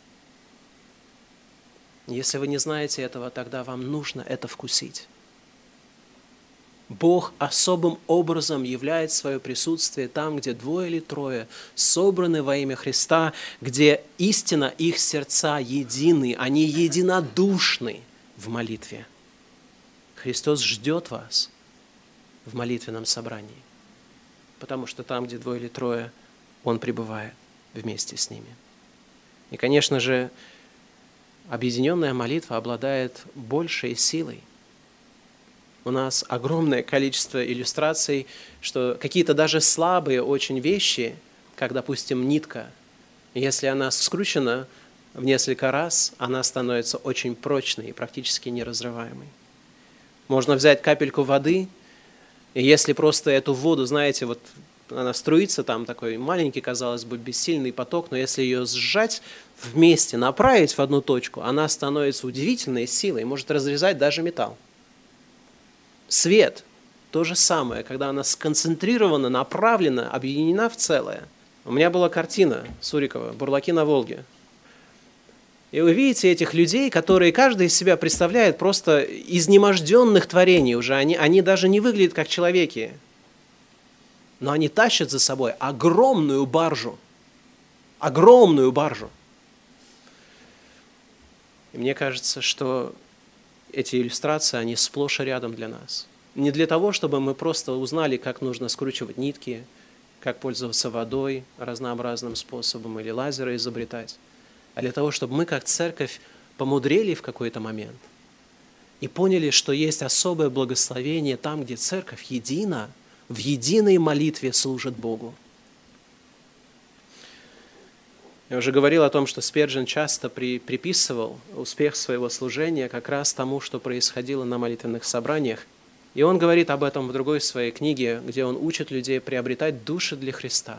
Если вы не знаете этого, тогда вам нужно это вкусить. Бог особым образом являет свое присутствие там, где двое или трое собраны во имя Христа, где истинно их сердца едины, они единодушны в молитве. Христос ждет вас в молитвенном собрании, потому что там, где двое или трое, Он пребывает вместе с ними. И, конечно же, объединенная молитва обладает большей силой. У нас огромное количество иллюстраций, что какие-то даже слабые очень вещи, как, допустим, нитка, если она скручена в несколько раз, она становится очень прочной и практически неразрываемой. Можно взять капельку воды, и если просто эту воду, знаете, вот она струится, там такой маленький, казалось бы, бессильный поток, но если ее сжать вместе, направить в одну точку, она становится удивительной силой, может разрезать даже металл. Свет – то же самое, когда она сконцентрирована, направлена, объединена в целое. У меня была картина Сурикова «Бурлаки на Волге». И вы видите этих людей, которые каждый из себя представляет просто изнеможденных творений уже. Они даже не выглядят как человеки. Но они тащат за собой огромную баржу. Огромную баржу. И мне кажется, что эти иллюстрации, они сплошь и рядом для нас. Не для того, чтобы мы просто узнали, как нужно скручивать нитки, как пользоваться водой разнообразным способом или лазеры изобретать, а для того, чтобы мы, как церковь, помудрели в какой-то момент и поняли, что есть особое благословение там, где церковь едина, в единой молитве служит Богу. Я уже говорил о том, что Спержен часто приписывал успех своего служения как раз тому, что происходило на молитвенных собраниях. И он говорит об этом в другой своей книге, где он учит людей приобретать души для Христа.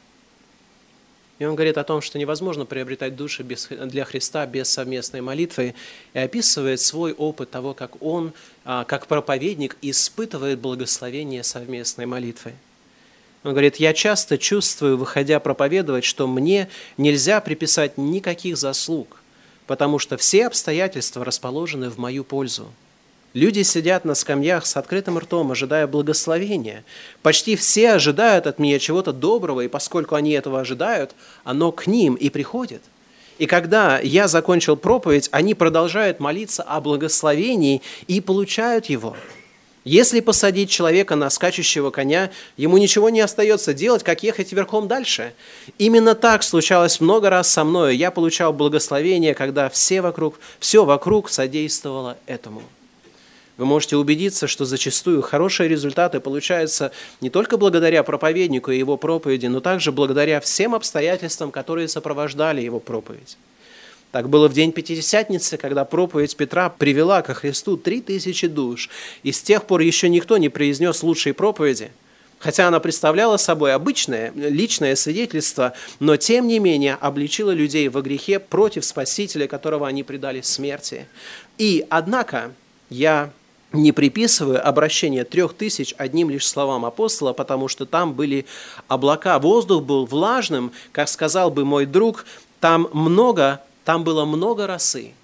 И он говорит о том, что невозможно приобретать души для Христа без совместной молитвы, и описывает свой опыт того, как он, как проповедник, испытывает благословение совместной молитвы. Он говорит: «Я часто чувствую, выходя проповедовать, что мне нельзя приписать никаких заслуг, потому что все обстоятельства расположены в мою пользу. Люди сидят на скамьях с открытым ртом, ожидая благословения. Почти все ожидают от меня чего-то доброго, и поскольку они этого ожидают, оно к ним и приходит. И когда я закончил проповедь, они продолжают молиться о благословении и получают его. Если посадить человека на скачущего коня, ему ничего не остается делать, как ехать верхом дальше. Именно так случалось много раз со мной. Я получал благословение, когда все вокруг содействовало этому». Вы можете убедиться, что зачастую хорошие результаты получаются не только благодаря проповеднику и его проповеди, но также благодаря всем обстоятельствам, которые сопровождали его проповедь. Так было в день Пятидесятницы, когда проповедь Петра привела ко Христу 3000 душ, и с тех пор еще никто не произнес лучшей проповеди, хотя она представляла собой обычное личное свидетельство, но тем не менее обличила людей во грехе против Спасителя, которого они предали смерти. И, однако, я не приписываю обращение 3000 одним лишь словам апостола, потому что там были облака, воздух был влажным, как сказал бы мой друг, там было много росы.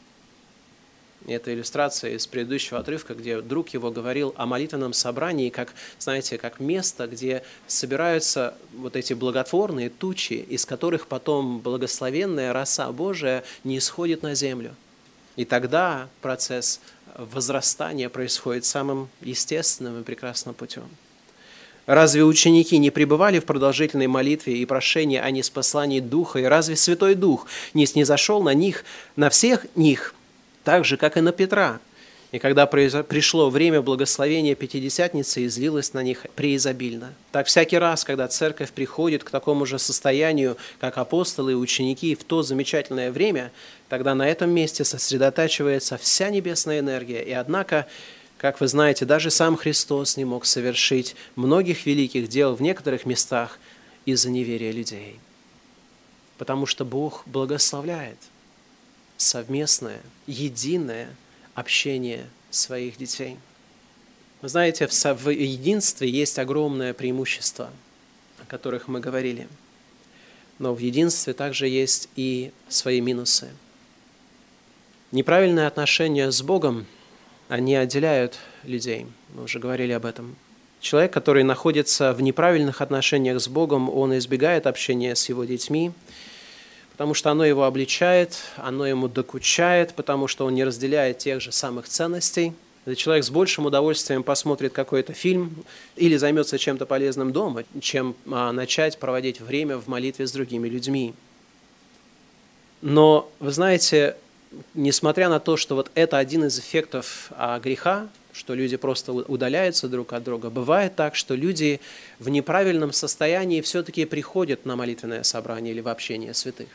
Это иллюстрация из предыдущего отрывка, где друг его говорил о молитвенном собрании, как, знаете, как место, где собираются вот эти благотворные тучи, из которых потом благословенная роса Божия не исходит на землю. И тогда процесс возрастания происходит самым естественным и прекрасным путем. Разве ученики не пребывали в продолжительной молитве и прошении о ниспослании Духа, и разве Святой Дух не снизошел на них, на всех них, так же, как и на Петра? И когда пришло время благословения Пятидесятницы, излилось на них преизобильно. Так всякий раз, когда церковь приходит к такому же состоянию, как апостолы и ученики в то замечательное время, тогда на этом месте сосредотачивается вся небесная энергия. И однако, как вы знаете, даже сам Христос не мог совершить многих великих дел в некоторых местах из-за неверия людей. Потому что Бог благословляет совместное, единое общение своих детей. Вы знаете, в единстве есть огромное преимущество, о которых мы говорили. Но в единстве также есть и свои минусы. Неправильное отношение с Богом они отделяют людей. Мы уже говорили об этом. Человек, который находится в неправильных отношениях с Богом, он избегает общения с его детьми, потому что оно его обличает, оно ему докучает, потому что он не разделяет тех же самых ценностей. Этот человек с большим удовольствием посмотрит какой-то фильм или займется чем-то полезным дома, чем начать проводить время в молитве с другими людьми. Но, вы знаете, несмотря на то, что вот это один из эффектов греха, что люди просто удаляются друг от друга, бывает так, что люди в неправильном состоянии все-таки приходят на молитвенное собрание или в общение святых.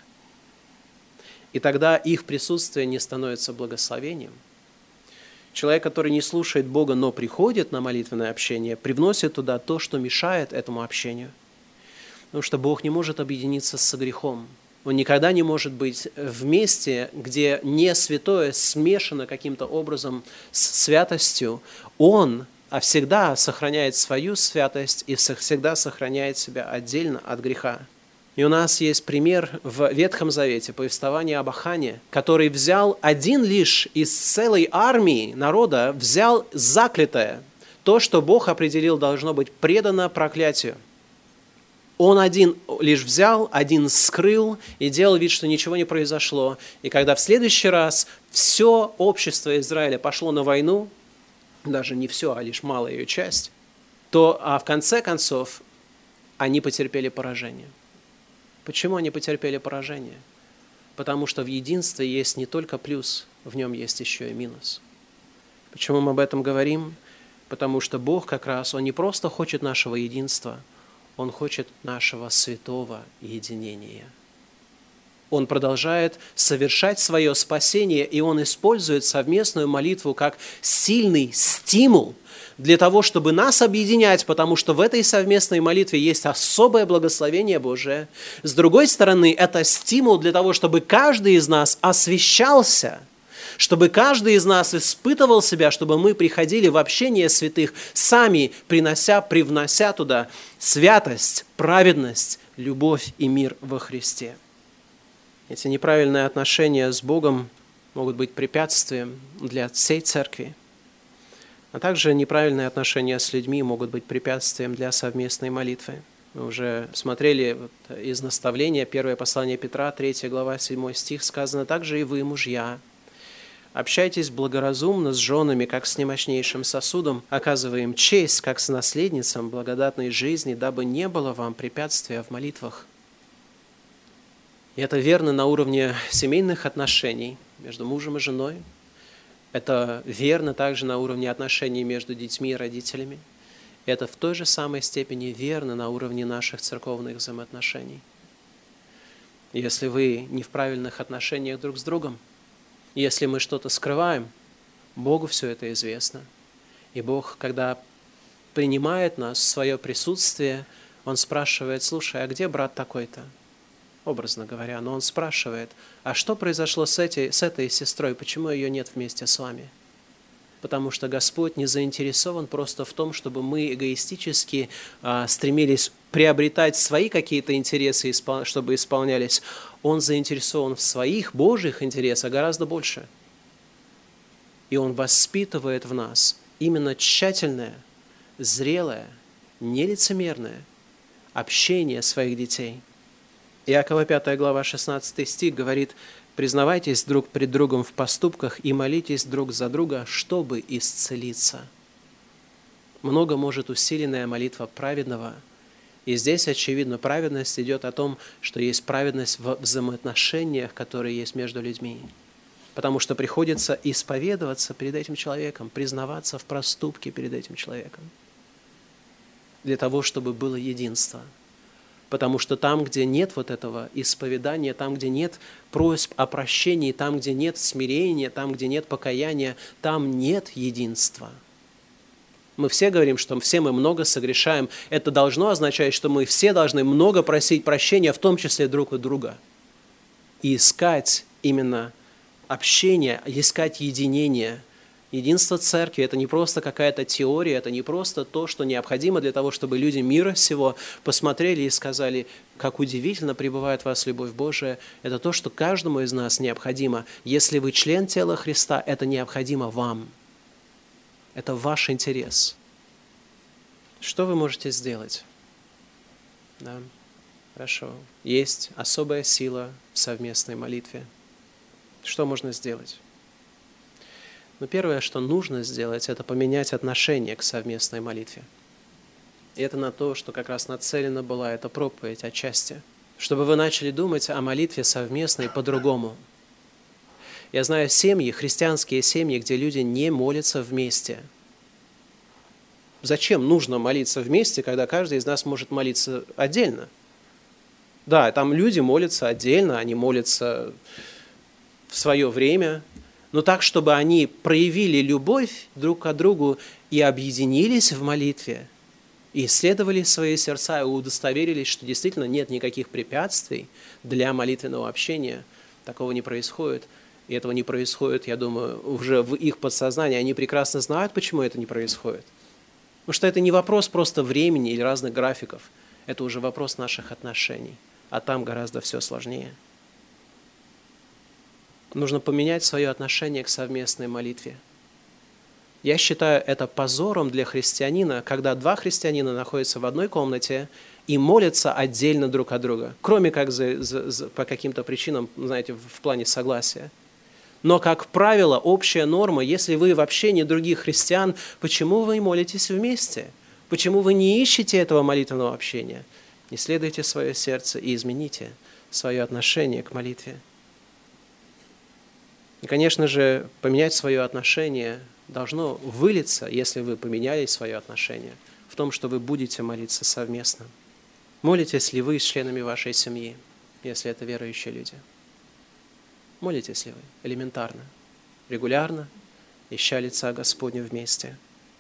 И тогда их присутствие не становится благословением. Человек, который не слушает Бога, но приходит на молитвенное общение, привносит туда то, что мешает этому общению. Потому что Бог не может объединиться со грехом. Он никогда не может быть в месте, где не святое смешано каким-то образом с святостью. Он всегда сохраняет свою святость и всегда сохраняет себя отдельно от греха. И у нас есть пример в Ветхом Завете, повествование об Ахане, который взял один лишь из целой армии народа, взял заклятое, то, что Бог определил, должно быть предано проклятию. Он один лишь взял, один скрыл и делал вид, что ничего не произошло. И когда в следующий раз все общество Израиля пошло на войну, даже не все, а лишь малая ее часть, то в конце концов они потерпели поражение. Почему они потерпели поражение? Потому что в единстве есть не только плюс, в нем есть еще и минус. Почему мы об этом говорим? Потому что Бог как раз, Он не просто хочет нашего единства, Он хочет нашего святого единения. Он продолжает совершать свое спасение, и Он использует совместную молитву как сильный стимул для того, чтобы нас объединять, потому что в этой совместной молитве есть особое благословение Божие. С другой стороны, это стимул для того, чтобы каждый из нас освящался, чтобы каждый из нас испытывал себя, чтобы мы приходили в общение святых, сами привнося туда святость, праведность, любовь и мир во Христе. Эти неправильные отношения с Богом могут быть препятствием для всей церкви, а также неправильные отношения с людьми могут быть препятствием для совместной молитвы. Мы уже смотрели из наставления, первое послание Петра, 3 глава, 7 стих, сказано: «Также и вы, мужья, общайтесь благоразумно с женами, как с немощнейшим сосудом, оказывая им честь, как с наследницам благодатной жизни, дабы не было вам препятствия в молитвах». И это верно на уровне семейных отношений между мужем и женой. Это верно также на уровне отношений между детьми и родителями. И это в той же самой степени верно на уровне наших церковных взаимоотношений. Если вы не в правильных отношениях друг с другом, если мы что-то скрываем, Богу все это известно. И Бог, когда принимает нас в свое присутствие, Он спрашивает: «Слушай, а где брат такой-то?» Образно говоря, но Он спрашивает: «А что произошло с этой сестрой? Почему ее нет вместе с вами?» Потому что Господь не заинтересован просто в том, чтобы мы эгоистически стремились приобретать свои какие-то интересы, чтобы исполнялись. Он заинтересован в своих Божьих интересах гораздо больше. И Он воспитывает в нас именно тщательное, зрелое, нелицемерное общение своих детей. Иакова 5 глава 16 стих говорит: «Признавайтесь друг пред другом в поступках и молитесь друг за друга, чтобы исцелиться». Много может усиленная молитва праведного. И здесь, очевидно, праведность идет о том, что есть праведность в взаимоотношениях, которые есть между людьми. Потому что приходится исповедоваться перед этим человеком, признаваться в проступке перед этим человеком. Для того, чтобы было единство. Потому что там, где нет вот этого исповедания, там, где нет просьб о прощении, там, где нет смирения, там, где нет покаяния, там нет единства. Мы все говорим, что все мы много согрешаем. Это должно означать, что мы все должны много просить прощения, в том числе друг у друга. И искать именно общение, искать единение. Единство церкви – это не просто какая-то теория, это не просто то, что необходимо для того, чтобы люди мира сего посмотрели и сказали: «Как удивительно пребывает в вас любовь Божия». Это то, что каждому из нас необходимо. Если вы член тела Христа, это необходимо вам. Это ваш интерес. Что вы можете сделать? Да? Хорошо. Есть особая сила в совместной молитве. Что можно сделать? Первое, что нужно сделать, это поменять отношение к совместной молитве. И это на то, что как раз нацелена была эта проповедь отчасти. Чтобы вы начали думать о молитве совместной по-другому. Я знаю семьи, христианские семьи, где люди не молятся вместе. Зачем нужно молиться вместе, когда каждый из нас может молиться отдельно? Да, там люди молятся отдельно, они молятся в свое время, но так, чтобы они проявили любовь друг к другу и объединились в молитве, и исследовали свои сердца и удостоверились, что действительно нет никаких препятствий для молитвенного общения. Такого не происходит. И этого не происходит, я думаю, уже в их подсознании. Они прекрасно знают, почему это не происходит. Потому что это не вопрос просто времени или разных графиков. Это уже вопрос наших отношений. А там гораздо все сложнее. Нужно поменять свое отношение к совместной молитве. Я считаю это позором для христианина, когда два христианина находятся в одной комнате и молятся отдельно друг от друга, кроме как по каким-то причинам, знаете, в плане согласия. Но, как правило, общая норма, если вы в общении других христиан, почему вы молитесь вместе? Почему вы не ищете этого молитвенного общения? Исследуйте свое сердце и измените свое отношение к молитве. И, конечно же, поменять свое отношение должно вылиться, если вы поменяли свое отношение, в том, что вы будете молиться совместно. Молитесь ли вы с членами вашей семьи, если это верующие люди? Молитесь ли вы элементарно, регулярно, ища лица Господня вместе?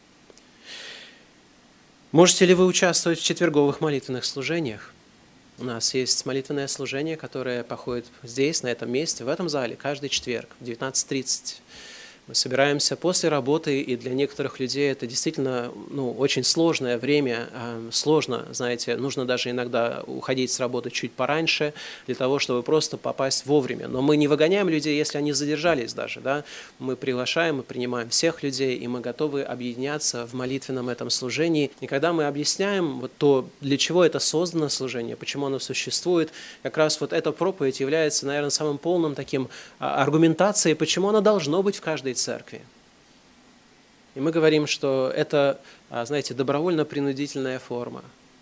Можете ли вы участвовать в четверговых молитвенных служениях? У нас есть молитвенное служение, которое проходит здесь, на этом месте, в этом зале, каждый четверг в 19:30. Мы собираемся после работы, и для некоторых людей это действительно очень сложное время. Сложно, знаете, нужно даже иногда уходить с работы чуть пораньше, для того, чтобы просто попасть вовремя. Но мы не выгоняем людей, если они задержались даже. Да? Мы приглашаем и принимаем всех людей, и мы готовы объединяться в молитвенном этом служении. И когда мы объясняем то, для чего это создано служение, почему оно существует, как раз эта проповедь является, наверное, самым полным таким аргументацией, почему оно должно быть в каждой церкви. И мы говорим, что это, знаете, добровольно-принудительная форма.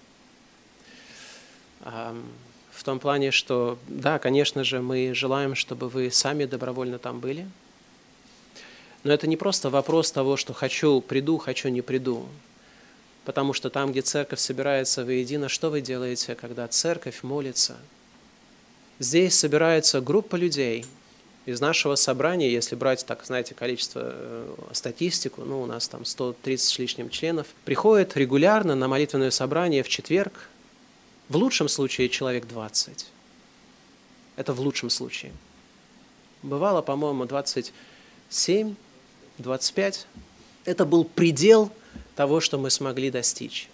В том плане, что, да, конечно же, мы желаем, чтобы вы сами добровольно там были. Но это не просто вопрос того, что хочу, приду, хочу, не приду. Потому что там, где церковь собирается воедино, что вы делаете, когда церковь молится? Здесь собирается группа людей из нашего собрания, если брать, так, знаете, статистику, у нас там 130 с лишним членов, приходит регулярно на молитвенное собрание в четверг, в лучшем случае человек 20. Это в лучшем случае. Бывало, по-моему, 27, 25. Это был предел того, что мы смогли достичь.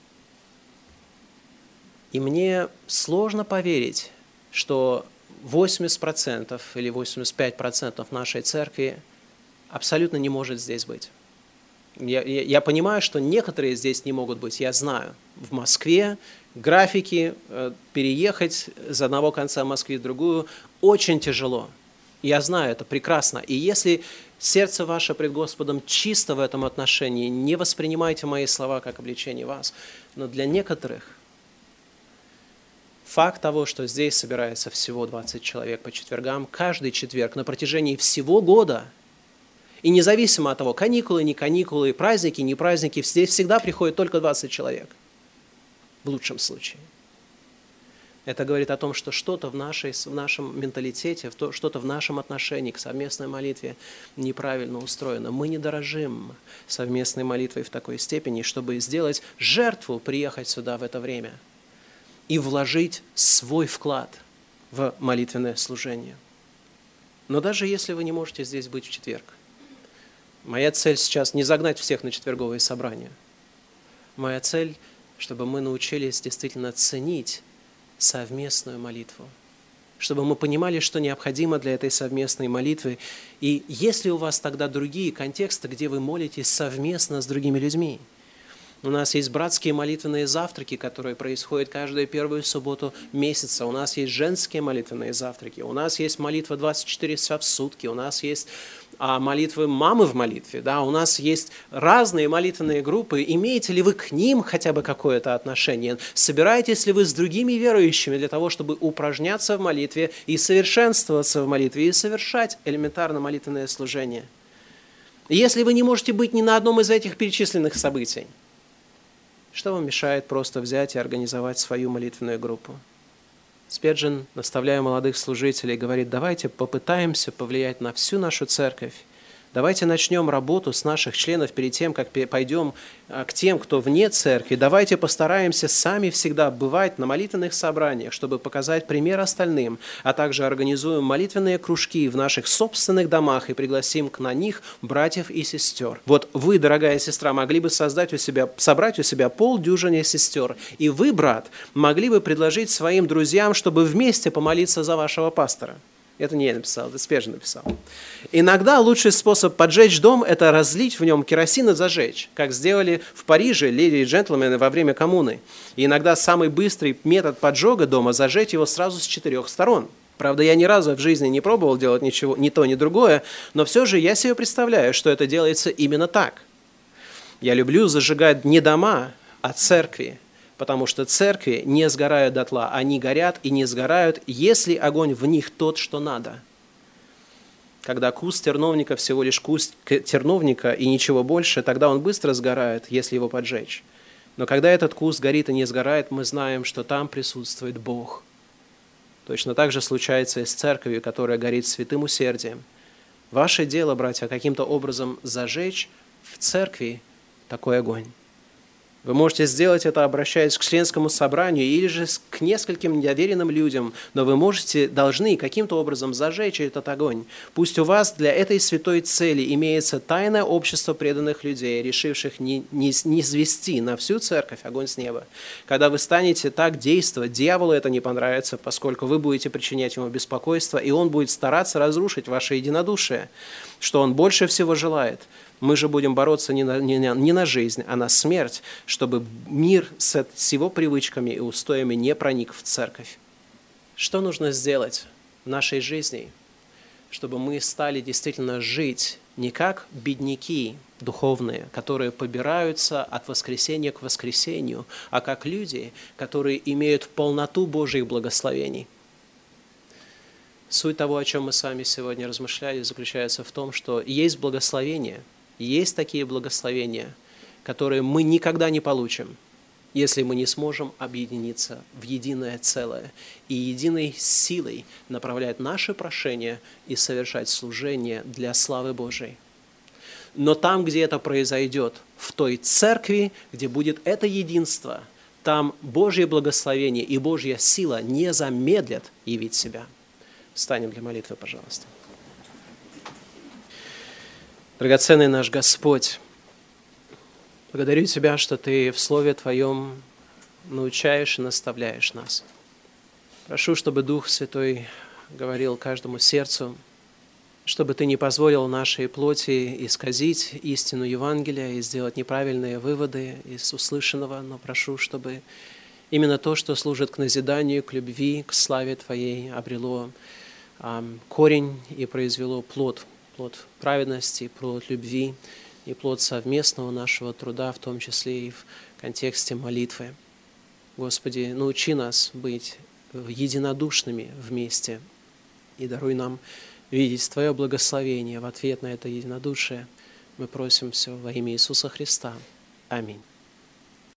И мне сложно поверить, что 80% или 85% нашей церкви абсолютно не может здесь быть. Я понимаю, что некоторые здесь не могут быть, я знаю. В Москве графики, переехать из одного конца Москвы в другую очень тяжело. Я знаю это прекрасно. И если сердце ваше пред Господом чисто в этом отношении, не воспринимайте мои слова как обличение вас. Но для некоторых факт того, что здесь собирается всего 20 человек по четвергам, каждый четверг на протяжении всего года, и независимо от того, каникулы, не каникулы, праздники, не праздники, здесь всегда приходит только 20 человек, в лучшем случае. Это говорит о том, что что-то в нашем менталитете, что-то в нашем отношении к совместной молитве неправильно устроено. Мы не дорожим совместной молитвой в такой степени, чтобы сделать жертву, приехать сюда в это время и вложить свой вклад в молитвенное служение. Но даже если вы не можете здесь быть в четверг, моя цель сейчас не загнать всех на четверговые собрания. Моя цель, чтобы мы научились действительно ценить совместную молитву, чтобы мы понимали, что необходимо для этой совместной молитвы. И есть ли у вас тогда другие контексты, где вы молитесь совместно с другими людьми? У нас есть братские молитвенные завтраки, которые происходят каждую первую субботу месяца. У нас есть женские молитвенные завтраки. У нас есть молитва 24 часа в сутки. У нас есть молитвы мамы в молитве. Да? У нас есть разные молитвенные группы. Имеете ли вы к ним хотя бы какое-то отношение? Собираетесь ли вы с другими верующими для того, чтобы упражняться в молитве и совершенствоваться в молитве и совершать элементарно молитвенное служение? И если вы не можете быть ни на одном из этих перечисленных событий, что вам мешает просто взять и организовать свою молитвенную группу? Спеджен, наставляя молодых служителей, говорит: давайте попытаемся повлиять на всю нашу церковь. Давайте начнем работу с наших членов перед тем, как пойдем к тем, кто вне церкви. Давайте постараемся сами всегда бывать на молитвенных собраниях, чтобы показать пример остальным, а также организуем молитвенные кружки в наших собственных домах и пригласим на них братьев и сестер. Вот вы, дорогая сестра, могли бы собрать у себя полдюжины сестер, и вы, брат, могли бы предложить своим друзьям, чтобы вместе помолиться за вашего пастора. Это не я написал, это Спеджен написал. Иногда лучший способ поджечь дом – это разлить в нем керосин и зажечь, как сделали в Париже леди и джентльмены во время коммуны. И иногда самый быстрый метод поджога дома – зажечь его сразу с 4 сторон. Правда, я ни разу в жизни не пробовал делать ничего, ни то, ни другое, но все же я себе представляю, что это делается именно так. Я люблю зажигать не дома, а церкви. Потому что церкви не сгорают дотла, они горят и не сгорают, если огонь в них тот, что надо. Когда куст терновника всего лишь куст терновника и ничего больше, тогда он быстро сгорает, если его поджечь. Но когда этот куст горит и не сгорает, мы знаем, что там присутствует Бог. Точно так же случается и с церковью, которая горит святым усердием. Ваше дело, братья, каким-то образом зажечь в церкви такой огонь. Вы можете сделать это, обращаясь к членскому собранию или же к нескольким недоверенным людям, но вы должны каким-то образом зажечь этот огонь. Пусть у вас для этой святой цели имеется тайное общество преданных людей, решивших не низвести на всю церковь огонь с неба. Когда вы станете так действовать, дьяволу это не понравится, поскольку вы будете причинять ему беспокойство, и он будет стараться разрушить ваше единодушие, что он больше всего желает. Мы же будем бороться не на жизнь, а на смерть, чтобы мир с его привычками и устоями не проник в церковь. Что нужно сделать в нашей жизни, чтобы мы стали действительно жить не как бедняки духовные, которые побираются от воскресения к воскресению, а как люди, которые имеют полноту Божьих благословений? Суть того, о чем мы с вами сегодня размышляли, заключается в том, что есть благословения, есть такие благословения, которые мы никогда не получим, если мы не сможем объединиться в единое целое и единой силой направлять наши прошения и совершать служение для славы Божией. Но там, где это произойдет, в той церкви, где будет это единство, там Божье благословение и Божья сила не замедлят явить себя. Встанем для молитвы, пожалуйста. Драгоценный наш Господь, благодарю Тебя, что Ты в Слове Твоем научаешь и наставляешь нас. Прошу, чтобы Дух Святой говорил каждому сердцу, чтобы Ты не позволил нашей плоти исказить истину Евангелия и сделать неправильные выводы из услышанного, но прошу, чтобы именно то, что служит к назиданию, к любви, к славе Твоей, обрело корень и произвело плод праведности, плод любви и плод совместного нашего труда, в том числе и в контексте молитвы. Господи, научи нас быть единодушными вместе и даруй нам видеть Твое благословение в ответ на это единодушие. Мы просим все во имя Иисуса Христа. Аминь.